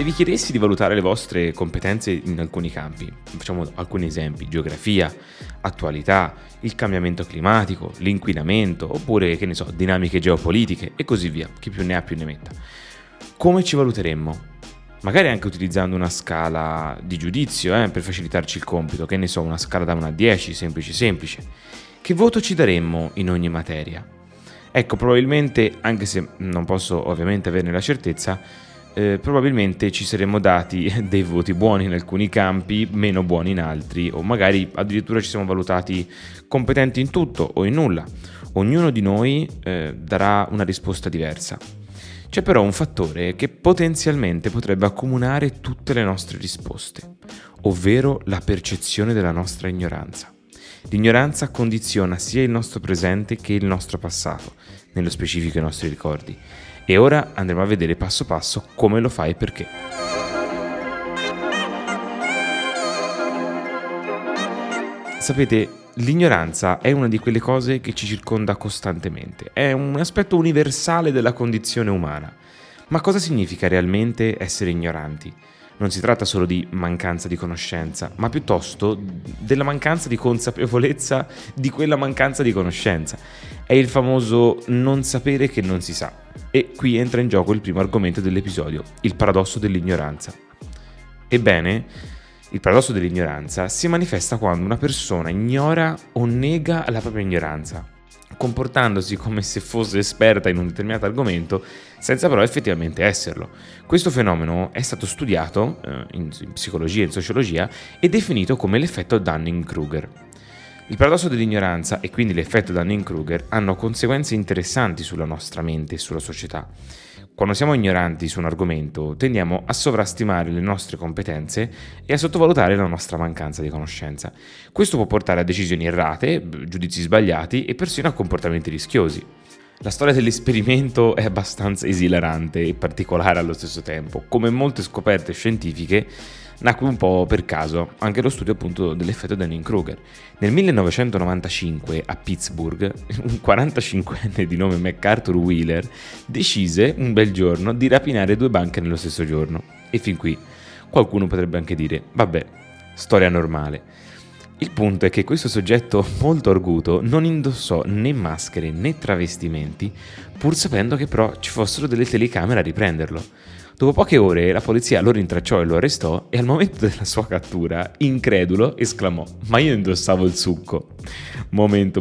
vi chiedessi di valutare le vostre competenze in alcuni campi, facciamo alcuni esempi: geografia, attualità, il cambiamento climatico, l'inquinamento, oppure, che ne so, dinamiche geopolitiche e così via, chi più ne ha più ne metta. Come ci valuteremmo? Magari anche utilizzando una scala di giudizio per facilitarci il compito, che ne so, una scala da 1 a 10, semplice. Che voto ci daremmo in ogni materia? Ecco, probabilmente, anche se non posso ovviamente averne la certezza, probabilmente ci saremmo dati dei voti buoni in alcuni campi, meno buoni in altri, o magari addirittura ci siamo valutati competenti in tutto o in nulla. Ognuno di noi darà una risposta diversa. C'è però un fattore che potenzialmente potrebbe accomunare tutte le nostre risposte, ovvero la percezione della nostra ignoranza. L'ignoranza condiziona sia il nostro presente che il nostro passato, nello specifico i nostri ricordi. E ora andremo a vedere passo passo come lo fa e perché. Sapete, l'ignoranza è una di quelle cose che ci circonda costantemente, è un aspetto universale della condizione umana. Ma cosa significa realmente essere ignoranti? Non si tratta solo di mancanza di conoscenza, ma piuttosto della mancanza di consapevolezza di quella mancanza di conoscenza. È il famoso non sapere che non si sa. E qui entra in gioco il primo argomento dell'episodio, il paradosso dell'ignoranza. Ebbene, il paradosso dell'ignoranza si manifesta quando una persona ignora o nega la propria ignoranza, comportandosi come se fosse esperta in un determinato argomento senza però effettivamente esserlo. Questo fenomeno è stato studiato in psicologia e in sociologia e definito come l'effetto Dunning-Kruger. Il paradosso dell'ignoranza e quindi l'effetto Dunning-Kruger hanno conseguenze interessanti sulla nostra mente e sulla società. Quando siamo ignoranti su un argomento, tendiamo a sovrastimare le nostre competenze e a sottovalutare la nostra mancanza di conoscenza. Questo può portare a decisioni errate, giudizi sbagliati e persino a comportamenti rischiosi. La storia dell'esperimento è abbastanza esilarante e particolare allo stesso tempo. Come molte scoperte scientifiche, nacque un po' per caso anche lo studio appunto dell'effetto Dunning-Kruger. Nel 1995 a Pittsburgh un 45enne di nome MacArthur Wheeler decise un bel giorno di rapinare 2 banche nello stesso giorno. E fin qui qualcuno potrebbe anche dire, vabbè, storia normale. Il punto è che questo soggetto molto arguto non indossò né maschere né travestimenti, pur sapendo che però ci fossero delle telecamere a riprenderlo. Dopo poche ore la polizia lo rintracciò e lo arrestò e al momento della sua cattura, incredulo, esclamò: "Ma io indossavo il succo". Momento.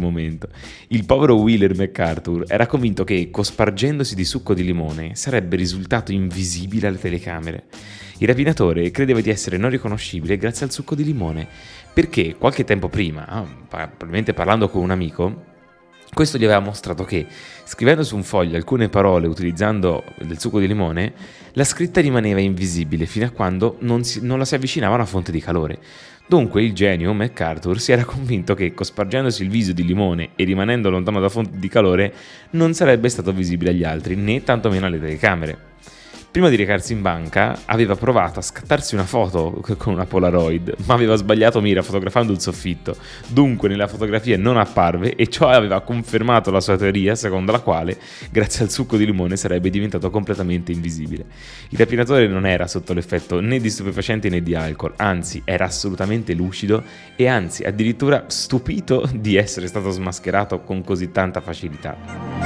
Il povero Wheeler MacArthur era convinto che, cospargendosi di succo di limone, sarebbe risultato invisibile alle telecamere. Il rapinatore credeva di essere non riconoscibile grazie al succo di limone, perché qualche tempo prima, probabilmente parlando con un amico, questo gli aveva mostrato che, scrivendo su un foglio alcune parole utilizzando del succo di limone, la scritta rimaneva invisibile fino a quando non la si avvicinava a una fonte di calore. Dunque il genio MacArthur si era convinto che, cospargendosi il viso di limone e rimanendo lontano da fonte di calore, non sarebbe stato visibile agli altri, né tantomeno alle telecamere. Prima di recarsi in banca, aveva provato a scattarsi una foto con una Polaroid, ma aveva sbagliato mira fotografando il soffitto. Dunque nella fotografia non apparve e ciò aveva confermato la sua teoria secondo la quale, grazie al succo di limone, sarebbe diventato completamente invisibile. Il rapinatore non era sotto l'effetto né di stupefacenti né di alcol, anzi era assolutamente lucido e anzi addirittura stupito di essere stato smascherato con così tanta facilità.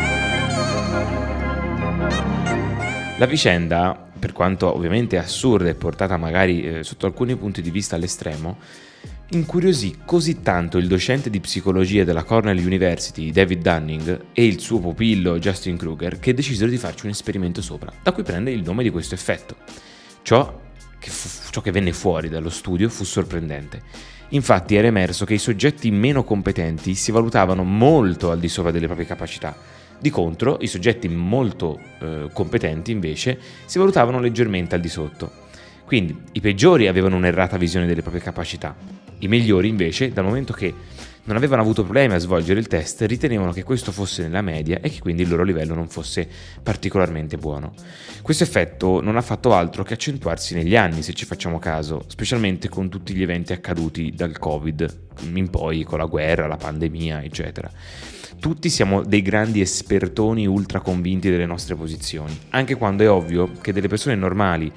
La vicenda, per quanto ovviamente assurda e portata magari sotto alcuni punti di vista all'estremo, incuriosì così tanto il docente di psicologia della Cornell University, David Dunning, e il suo pupillo Justin Kruger, che decisero di farci un esperimento sopra, da cui prende il nome di questo effetto. Ciò che venne fuori dallo studio fu sorprendente. Infatti era emerso che i soggetti meno competenti si valutavano molto al di sopra delle proprie capacità. Di contro, i soggetti molto competenti invece si valutavano leggermente al di sotto. Quindi i peggiori avevano un'errata visione delle proprie capacità. I migliori invece, dal momento che non avevano avuto problemi a svolgere il test, ritenevano che questo fosse nella media e che quindi il loro livello non fosse particolarmente buono. Questo effetto non ha fatto altro che accentuarsi negli anni, se ci facciamo caso, specialmente con tutti gli eventi accaduti dal Covid in poi, con la guerra, la pandemia, eccetera. Tutti siamo dei grandi espertoni ultra convinti delle nostre posizioni, anche quando è ovvio che delle persone normali,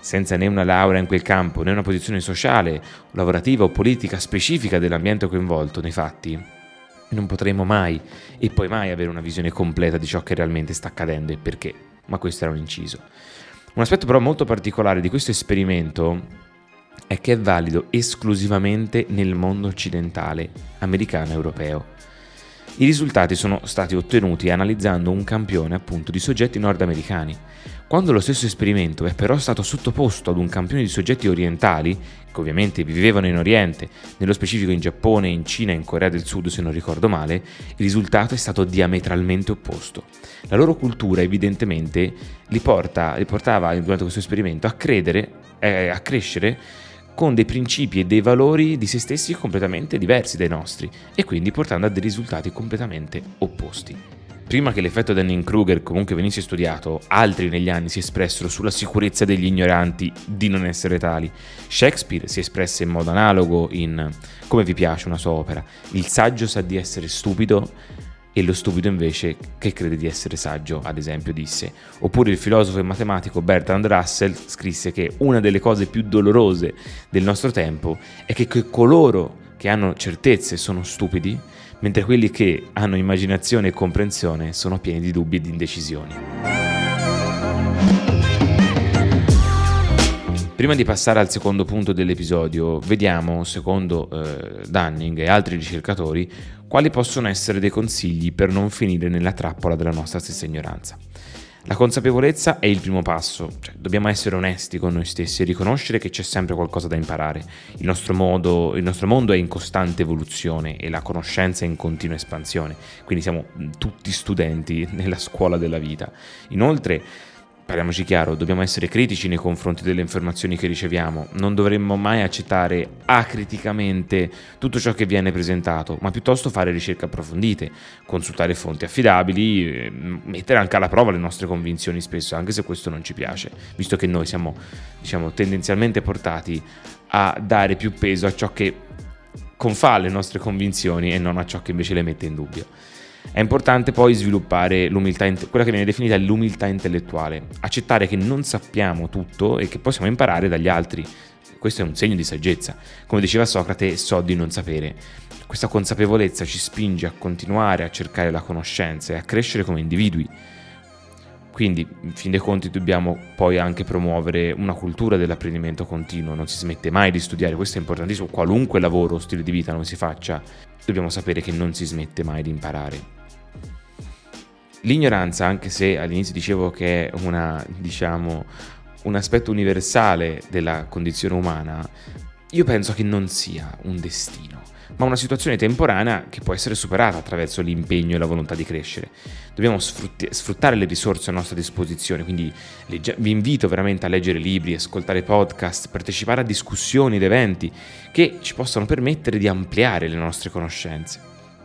senza né una laurea in quel campo, né una posizione sociale, lavorativa o politica specifica dell'ambiente coinvolto nei fatti, non potremo mai e poi mai avere una visione completa di ciò che realmente sta accadendo e perché, ma questo era un inciso. Un aspetto però molto particolare di questo esperimento è che è valido esclusivamente nel mondo occidentale, americano e europeo. I risultati sono stati ottenuti analizzando un campione appunto di soggetti nordamericani. Quando lo stesso esperimento è però stato sottoposto ad un campione di soggetti orientali, che ovviamente vivevano in Oriente, nello specifico in Giappone, in Cina e in Corea del Sud se non ricordo male, il risultato è stato diametralmente opposto. La loro cultura evidentemente li portava durante questo esperimento a crescere con dei principi e dei valori di se stessi completamente diversi dai nostri e quindi portando a dei risultati completamente opposti. Prima che l'effetto Dunning-Kruger comunque venisse studiato, altri negli anni si espressero sulla sicurezza degli ignoranti di non essere tali. Shakespeare si espresse in modo analogo in Come vi piace una sua opera: il saggio sa di essere stupido e lo stupido invece che crede di essere saggio, ad esempio, disse. Oppure il filosofo e matematico Bertrand Russell scrisse che una delle cose più dolorose del nostro tempo è che coloro che hanno certezze sono stupidi, mentre quelli che hanno immaginazione e comprensione sono pieni di dubbi e di indecisioni. Prima di passare al secondo punto dell'episodio, vediamo, secondo Dunning e altri ricercatori, quali possono essere dei consigli per non finire nella trappola della nostra stessa ignoranza. La consapevolezza è il primo passo, dobbiamo essere onesti con noi stessi e riconoscere che c'è sempre qualcosa da imparare. Il nostro mondo è in costante evoluzione e la conoscenza è in continua espansione, quindi siamo tutti studenti nella scuola della vita. Inoltre, parliamoci chiaro, dobbiamo essere critici nei confronti delle informazioni che riceviamo, non dovremmo mai accettare acriticamente tutto ciò che viene presentato, ma piuttosto fare ricerche approfondite, consultare fonti affidabili, mettere anche alla prova le nostre convinzioni spesso, anche se questo non ci piace, visto che noi siamo, tendenzialmente portati a dare più peso a ciò che confà le nostre convinzioni e non a ciò che invece le mette in dubbio. È importante poi sviluppare l'umiltà, quella che viene definita l'umiltà intellettuale, accettare che non sappiamo tutto e che possiamo imparare dagli altri. Questo è un segno di saggezza. Come diceva Socrate, so di non sapere. Questa consapevolezza ci spinge a continuare a cercare la conoscenza e a crescere come individui. Quindi, in fin dei conti, dobbiamo poi anche promuovere una cultura dell'apprendimento continuo. Non si smette mai di studiare, questo è importantissimo. Qualunque lavoro o stile di vita non si faccia, dobbiamo sapere che non si smette mai di imparare. L'ignoranza, anche se all'inizio dicevo che è un aspetto universale della condizione umana, io penso che non sia un destino, ma una situazione temporanea che può essere superata attraverso l'impegno e la volontà di crescere. Dobbiamo sfruttare le risorse a nostra disposizione, quindi vi invito veramente a leggere libri, ascoltare podcast, partecipare a discussioni ed eventi che ci possano permettere di ampliare le nostre conoscenze.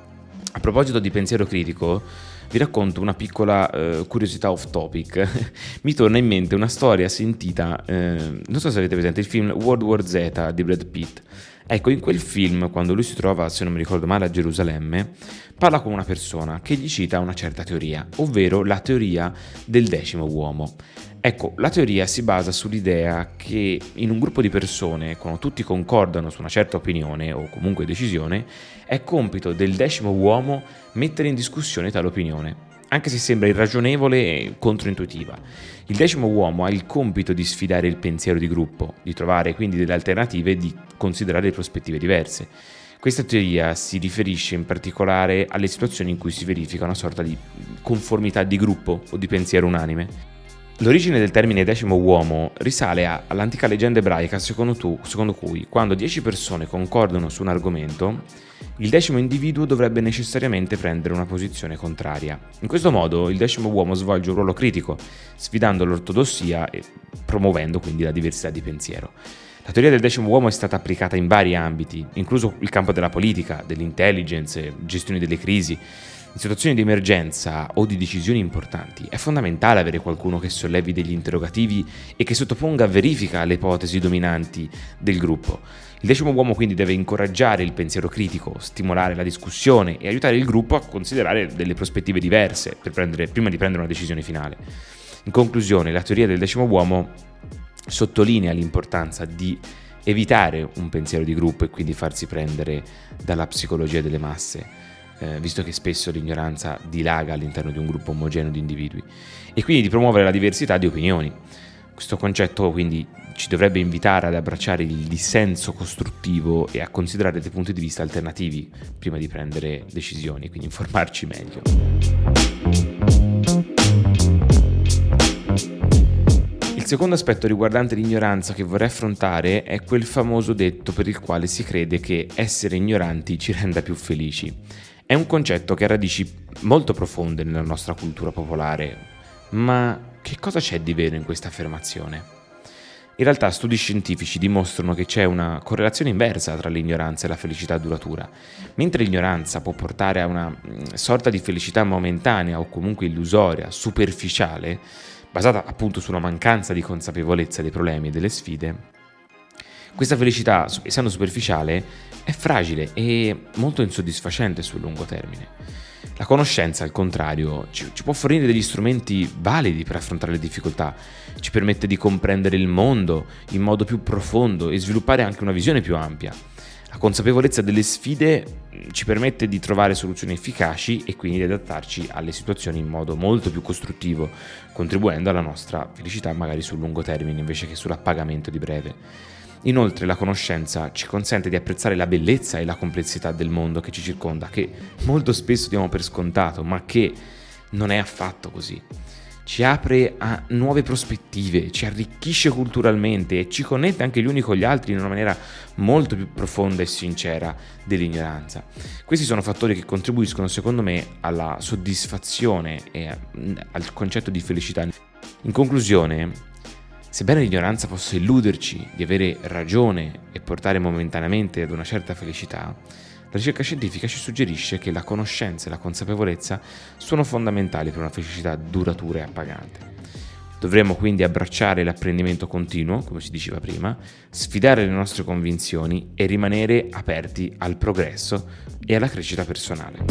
A proposito di pensiero critico, vi racconto una piccola curiosità off topic. Mi torna in mente una storia sentita, non so se avete presente il film World War Z di Brad Pitt. Ecco, in quel film, quando lui si trova, se non mi ricordo male, a Gerusalemme, parla con una persona che gli cita una certa teoria, ovvero la teoria del 10° uomo. Ecco, la teoria si basa sull'idea che in un gruppo di persone, quando tutti concordano su una certa opinione o comunque decisione, è compito del 10° uomo mettere in discussione tale opinione, anche se sembra irragionevole e controintuitiva. Il 10° uomo ha il compito di sfidare il pensiero di gruppo, di trovare quindi delle alternative e di considerare prospettive diverse. Questa teoria si riferisce in particolare alle situazioni in cui si verifica una sorta di conformità di gruppo o di pensiero unanime. L'origine del termine 10° uomo risale all'antica leggenda ebraica secondo cui quando 10 persone concordano su un argomento, il 10° individuo dovrebbe necessariamente prendere una posizione contraria. In questo modo il 10° uomo svolge un ruolo critico, sfidando l'ortodossia e promuovendo quindi la diversità di pensiero. La teoria del 10° uomo è stata applicata in vari ambiti, incluso il campo della politica, dell'intelligence, gestione delle crisi. In situazioni di emergenza o di decisioni importanti è fondamentale avere qualcuno che sollevi degli interrogativi e che sottoponga a verifica le ipotesi dominanti del gruppo. Il 10° uomo quindi deve incoraggiare il pensiero critico, stimolare la discussione e aiutare il gruppo a considerare delle prospettive diverse prima di prendere una decisione finale. In conclusione, la teoria del 10° uomo sottolinea l'importanza di evitare un pensiero di gruppo e quindi farsi prendere dalla psicologia delle masse, visto che spesso l'ignoranza dilaga all'interno di un gruppo omogeneo di individui, e quindi di promuovere la diversità di opinioni. Questo concetto quindi ci dovrebbe invitare ad abbracciare il dissenso costruttivo e a considerare dei punti di vista alternativi prima di prendere decisioni, quindi informarci meglio. Il secondo aspetto riguardante l'ignoranza che vorrei affrontare è quel famoso detto per il quale si crede che essere ignoranti ci renda più felici. È un concetto che ha radici molto profonde nella nostra cultura popolare, ma che cosa c'è di vero in questa affermazione? In realtà studi scientifici dimostrano che c'è una correlazione inversa tra l'ignoranza e la felicità duratura. Mentre l'ignoranza può portare a una sorta di felicità momentanea o comunque illusoria, superficiale, basata appunto su una mancanza di consapevolezza dei problemi e delle sfide, questa felicità, essendo superficiale, è fragile e molto insoddisfacente sul lungo termine. La conoscenza, al contrario, ci può fornire degli strumenti validi per affrontare le difficoltà, ci permette di comprendere il mondo in modo più profondo e sviluppare anche una visione più ampia. La consapevolezza delle sfide ci permette di trovare soluzioni efficaci e quindi di adattarci alle situazioni in modo molto più costruttivo, contribuendo alla nostra felicità magari sul lungo termine invece che sull'appagamento di breve. Inoltre la conoscenza ci consente di apprezzare la bellezza e la complessità del mondo che ci circonda, che molto spesso diamo per scontato, ma che non è affatto così. Ci apre a nuove prospettive, ci arricchisce culturalmente e ci connette anche gli uni con gli altri in una maniera molto più profonda e sincera dell'ignoranza. Questi sono fattori che contribuiscono, secondo me, alla soddisfazione e al concetto di felicità. In conclusione, sebbene l'ignoranza possa illuderci di avere ragione e portare momentaneamente ad una certa felicità, la ricerca scientifica ci suggerisce che la conoscenza e la consapevolezza sono fondamentali per una felicità duratura e appagante. Dovremmo quindi abbracciare l'apprendimento continuo, come si diceva prima, sfidare le nostre convinzioni e rimanere aperti al progresso e alla crescita personale.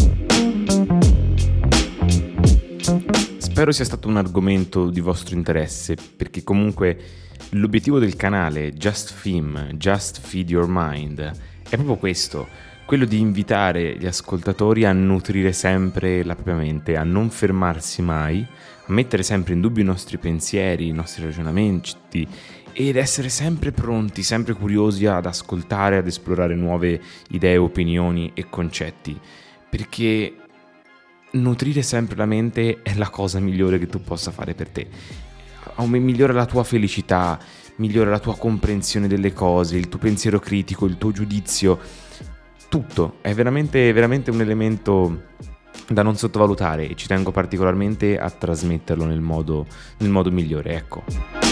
Spero sia stato un argomento di vostro interesse, perché comunque l'obiettivo del canale Just Feed Your Mind è proprio questo, quello di invitare gli ascoltatori a nutrire sempre la propria mente, a non fermarsi mai, a mettere sempre in dubbio i nostri pensieri, i nostri ragionamenti ed essere sempre pronti, sempre curiosi ad ascoltare, ad esplorare nuove idee, opinioni e concetti, perché nutrire sempre la mente è la cosa migliore che tu possa fare per te. Migliora la tua felicità, migliora la tua comprensione delle cose, il tuo pensiero critico, il tuo giudizio, tutto. È veramente, veramente un elemento da non sottovalutare e ci tengo particolarmente a trasmetterlo nel modo migliore, ecco.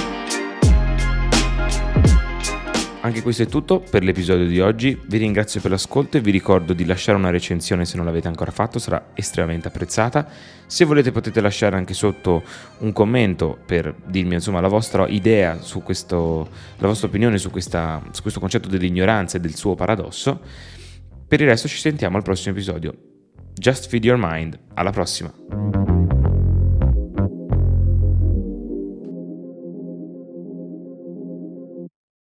Anche questo è tutto per l'episodio di oggi, vi ringrazio per l'ascolto e vi ricordo di lasciare una recensione se non l'avete ancora fatto, sarà estremamente apprezzata. Se volete potete lasciare anche sotto un commento per dirmi insomma la vostra idea su questo, la vostra opinione su questo concetto dell'ignoranza e del suo paradosso. Per il resto ci sentiamo al prossimo episodio. Just Feed Your Mind, alla prossima!